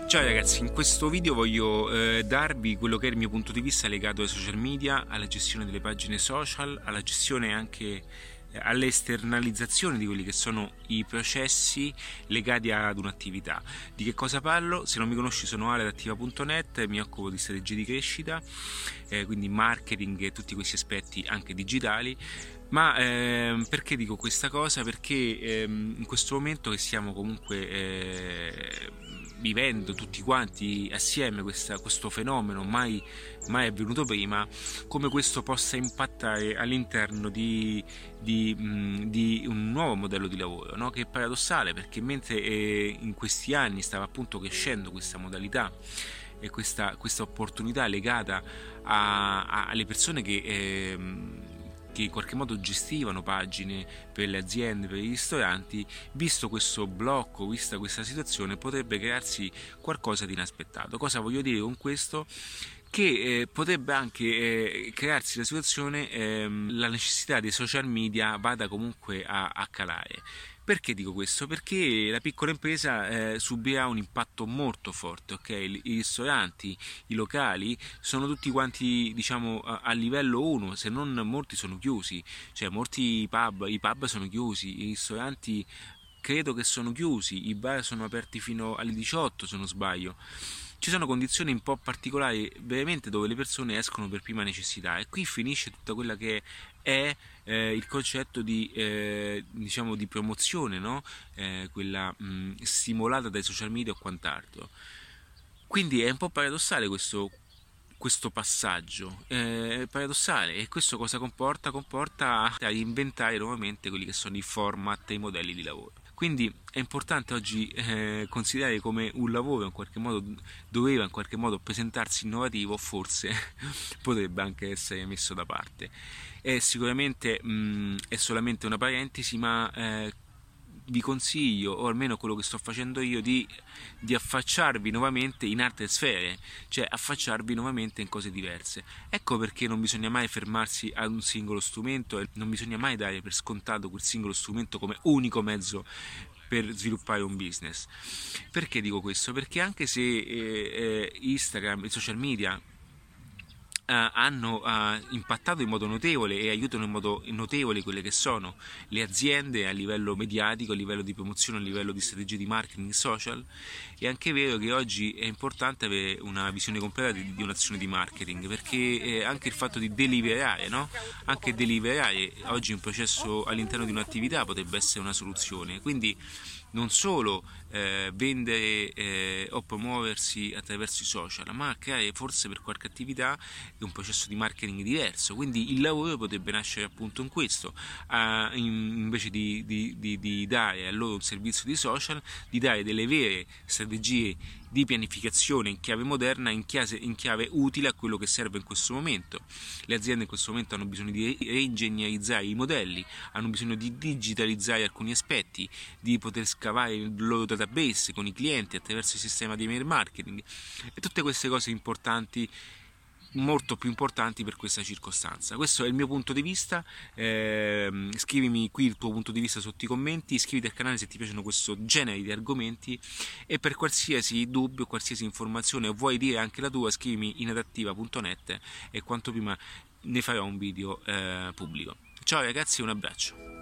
Ciao ragazzi, in questo video voglio darvi quello che è il mio punto di vista legato ai social media, alla gestione delle pagine social, alla gestione anche alle esternalizzazioni di quelli che sono i processi legati ad un'attività. Di che cosa parlo? Se non mi conosci, sono Ale da Attiva.net, mi occupo di strategie di crescita, quindi marketing e tutti questi aspetti anche digitali. Ma perché dico questa cosa? Perché in questo momento che stiamo comunque vivendo tutti quanti assieme questo fenomeno mai avvenuto prima, come questo possa impattare all'interno di un nuovo modello di lavoro, no? Che è paradossale, perché mentre in questi anni stava appunto crescendo questa modalità e questa opportunità legata alle persone che in qualche modo gestivano pagine per le aziende, per i ristoranti, visto questo blocco, vista questa situazione, potrebbe crearsi qualcosa di inaspettato. Cosa voglio dire con questo? Che potrebbe anche crearsi la situazione, la necessità dei social media vada comunque a calare. Perché dico questo? Perché la piccola impresa subirà un impatto molto forte, ok? I ristoranti, i locali sono tutti quanti, diciamo, a livello 1, se non molti sono chiusi, cioè molti i pub sono chiusi, i ristoranti credo che sono chiusi, i bar sono aperti fino alle 18 se non sbaglio. Ci sono condizioni un po' particolari veramente dove le persone escono per prima necessità, e qui finisce tutta quella che è il concetto di diciamo di promozione, no? Quella stimolata dai social media o quant'altro. Quindi è un po' paradossale questo passaggio, è paradossale, e questo cosa comporta? Comporta a reinventare nuovamente quelli che sono i format e i modelli di lavoro. Quindi è importante oggi considerare come un lavoro in qualche modo doveva in qualche modo presentarsi innovativo, forse potrebbe anche essere messo da parte. È sicuramente è solamente una parentesi, ma vi consiglio, o almeno quello che sto facendo io, di affacciarvi nuovamente in altre sfere, cioè affacciarvi nuovamente in cose diverse. Ecco perché non bisogna mai fermarsi ad un singolo strumento e non bisogna mai dare per scontato quel singolo strumento come unico mezzo per sviluppare un business. Perché dico questo? Perché anche se Instagram e social media hanno impattato in modo notevole e aiutano in modo notevole quelle che sono le aziende a livello mediatico, a livello di promozione, a livello di strategie di marketing social, è anche vero che oggi è importante avere una visione completa di un'azione di marketing, perché anche il fatto di deliberare, no? Anche deliberare oggi un processo all'interno di un'attività potrebbe essere una soluzione. Quindi non solo vendere o promuoversi attraverso i social, ma creare forse per qualche attività un processo di marketing diverso. Quindi il lavoro potrebbe nascere appunto in questo, invece di dare a loro un servizio di social, di dare delle vere strategie di pianificazione in chiave moderna, in chiave utile a quello che serve in questo momento. Le aziende in questo momento hanno bisogno di reingegnerizzare i modelli, hanno bisogno di digitalizzare alcuni aspetti, di poter scavare il loro database con i clienti attraverso il sistema di email marketing, e tutte queste cose importanti, molto più importanti per questa circostanza. Questo è il mio punto di vista. Scrivimi qui il tuo punto di vista sotto i commenti, iscriviti al canale se ti piacciono questo genere di argomenti, e per qualsiasi dubbio, qualsiasi informazione o vuoi dire anche la tua, scrivimi in adattiva.net e quanto prima ne farò un video pubblico. Ciao ragazzi, un abbraccio.